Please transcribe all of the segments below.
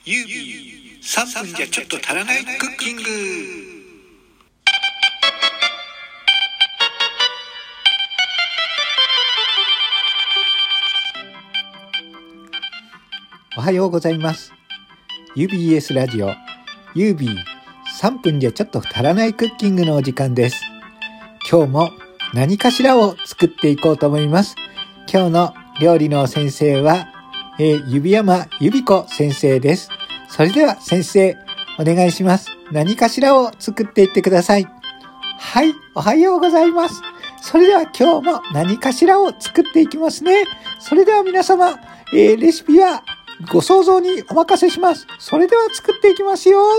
ユービー3分じゃちょっと足らないクッキング。 おはようございます。 UBS ラジオユービー3分じゃちょっと足らないクッキングのお時間です。今日も何かしらを作っていこうと思います。今日の料理の先生は、指山由美子先生です。それでは先生お願いします。何かしらを作っていってください。はい、おはようございます。それでは今日も何かしらを作っていきますね。それでは皆様、レシピはご想像にお任せします。それでは作っていきますよ。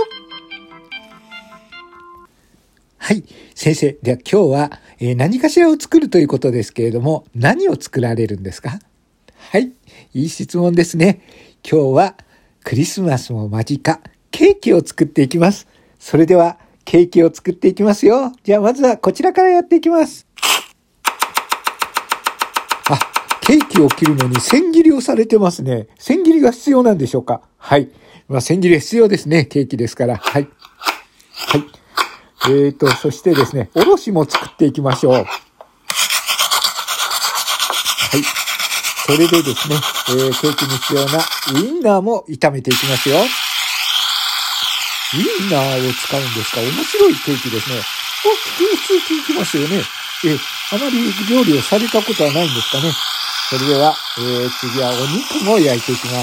はい、先生。では今日は、何かしらを作るということですけれども、何を作られるんですか？はい、いい質問ですね。今日はクリスマスも間近、ケーキを作っていきます。それではケーキを作っていきますよ。じゃあまずはこちらからやっていきます。ケーキを切るのに千切りをされてますね。千切りが必要なんでしょうか？はい。千切り必要ですね。ケーキですから。はい。はい。そしてですね、おろしも作っていきましょう。はい。それでですね、ケーキに必要なウインナーも炒めていきますよ。ウインナーを使うんですか？面白いケーキですね。普通聞きますよね。あまり料理をされたことはないんですかね。それでは、次はお肉も焼いていきます。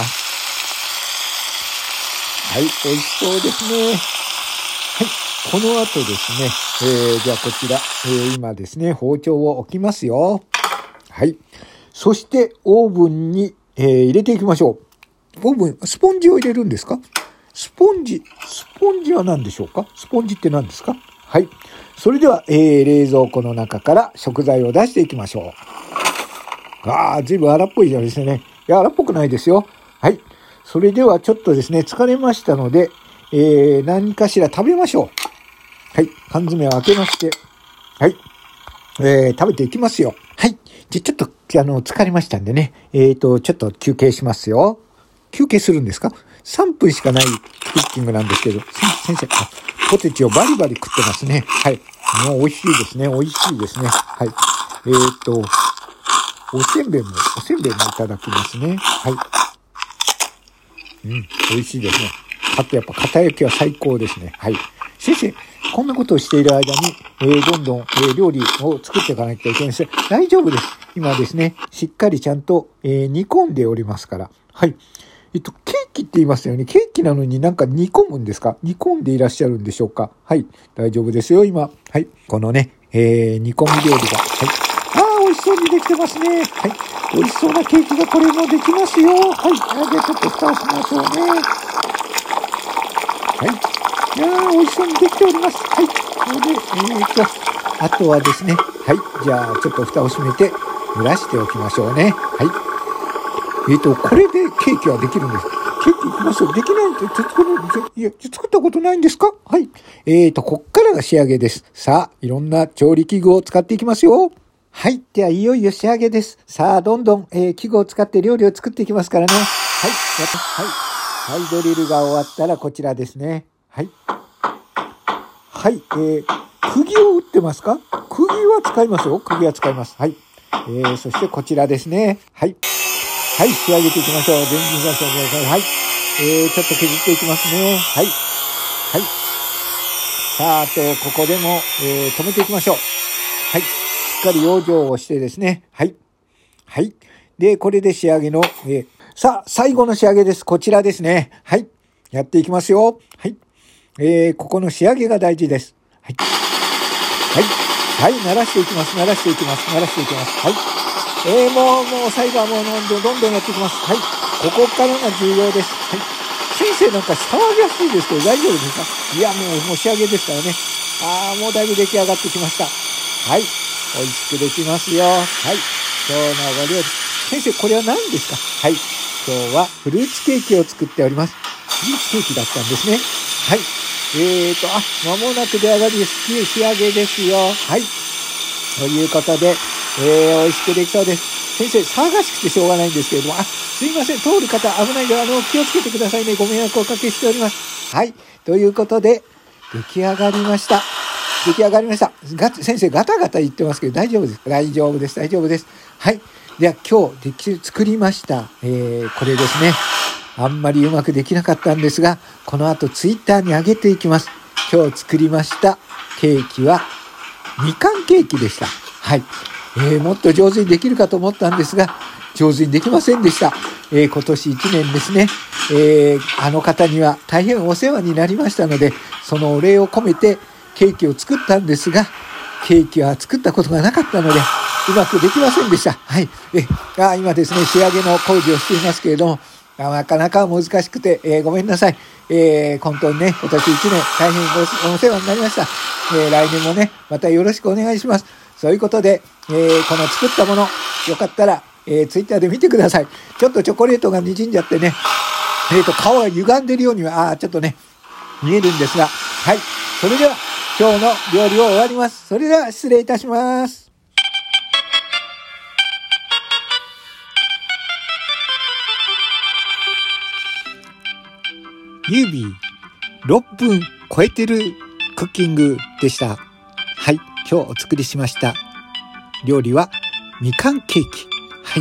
はい、美味しそうですね。はい、この後ですね、じゃあこちら、今ですね、包丁を置きますよ。はい。そしてオーブンに、入れていきましょう。オーブン、スポンジを入れるんですか？スポンジは何でしょうか？スポンジって何ですか？はい。それでは、冷蔵庫の中から食材を出していきましょう。ずいぶん荒っぽいじゃですね。いや、荒っぽくないですよ。はい。それではちょっとですね、疲れましたので、何かしら食べましょう。はい。缶詰を開けまして、はい。食べていきますよ。はい。じゃ、ちょっと、疲れましたんでね、ちょっと休憩しますよ。休憩するんですか？3分しかないクッキングなんですけど、先生、ポテチをバリバリ食ってますね。はい。もう美味しいですね。美味しいですね。はい。おせんべいもいただきますね。はい。美味しいですね。やっぱ片焼きは最高ですね。はい。先生、こんなことをしている間に、どんどん、料理を作っていかなきゃいけないんです。大丈夫です。今ですね、しっかりちゃんと、煮込んでおりますから。はい。ケーキって言いますよね。ケーキなのになんか煮込むんですか？煮込んでいらっしゃるんでしょうか？はい。大丈夫ですよ、今。はい。このね、煮込み料理が。はい。美味しそうにできてますね。はい。美味しそうなケーキがこれもできますよ。はい。じゃあちょっと蓋をしましょうね。はい。美味しそうにできております。はい。それで、あとはですね。はい。じゃあちょっと蓋を閉めて蒸らしておきましょうね。はい。これでケーキはできるんです。ケーキ行きましょう。できないって作ったことないんですか？はい。こっからが仕上げです。さあ、いろんな調理器具を使っていきますよ。はい。では、いよいよ仕上げです。さあ、どんどん、器具を使って料理を作っていきますからね。はい。はい。はい。ドリルが終わったらこちらですね。はい。はい。釘を打ってますか？釘は使いますよ。釘は使います。はい。そしてこちらですね。はい。はい。仕上げていきましょう。全人させてください。はい。ちょっと削っていきますね。はい。はい。さあ、あと、ここでも、止めていきましょう。はい。しっかり養生をしてですね。はい。はい。で、これで仕上げの、さあ、最後の仕上げです。こちらですね。はい。やっていきますよ。はい。ここの仕上げが大事です。はい。はい。はい。鳴らしていきます。はい。もう最後はもうどんどんやっていきます。はい。ここからが重要です。はい。先生なんか騒ぎやすいですけど大丈夫ですか？いや、もう仕上げですからね。もうだいぶ出来上がってきました。はい。美味しくできますよ。はい。今日のご料理。先生、これは何ですか？はい。今日はフルーツケーキを作っております。フルーツケーキだったんですね。はい。間もなく出上がりです。仕上げですよ。はい。ということで、美味しくできそうです。先生、騒がしくてしょうがないんですけれども、 すいません。通る方危ないので、気をつけてくださいね。ご迷惑をおかけしております。はい。ということで、出来上がりました。先生ガタガタ言ってますけど、大丈夫です。大丈夫です。はい。では今日作りました。これですね。あんまりうまくできなかったんですが、この後ツイッターに上げていきます。今日作りましたケーキは、みかんケーキでした。はい。もっと上手にできるかと思ったんですが、上手にできませんでした。今年1年ですね、あの方には大変お世話になりましたので、そのお礼を込めてケーキを作ったんですが、ケーキは作ったことがなかったので、うまくできませんでした。はい。今ですね、仕上げの工事をしていますけれども、なかなか難しくて、ごめんなさい。本当にね、今年1年大変お世話になりました。来年もね、またよろしくお願いします。そういうことで、この作ったもの、よかったら、ツイッターで見てください。ちょっとチョコレートが滲んじゃってね、顔が歪んでるようには、ちょっとね、見えるんですが、はい。それでは、今日の料理を終わります。それでは、失礼いたします。ユービー6分超えてるクッキングでした。はい。今日お作りしました料理はみかんケーキ。はい。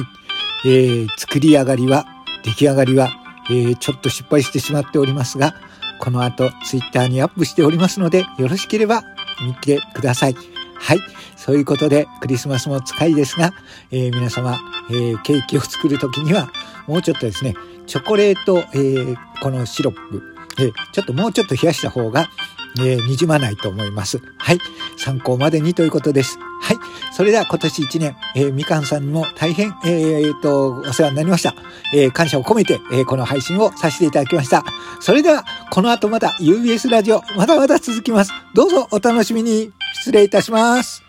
出来上がりは、ちょっと失敗してしまっておりますが、この後ツイッターにアップしておりますので、よろしければ見てください。はい。そういうことでクリスマスも近いですが、皆様、ケーキを作るときにはもうちょっとですね、チョコレート、このシロップ、もうちょっと冷やした方が、にじまないと思います。はい。参考までにということです。はい。それでは今年1年、みかんさんにも大変、お世話になりました。感謝を込めて、この配信をさせていただきました。それでは、この後また UBS ラジオ、まだまだ続きます。どうぞお楽しみに。失礼いたします。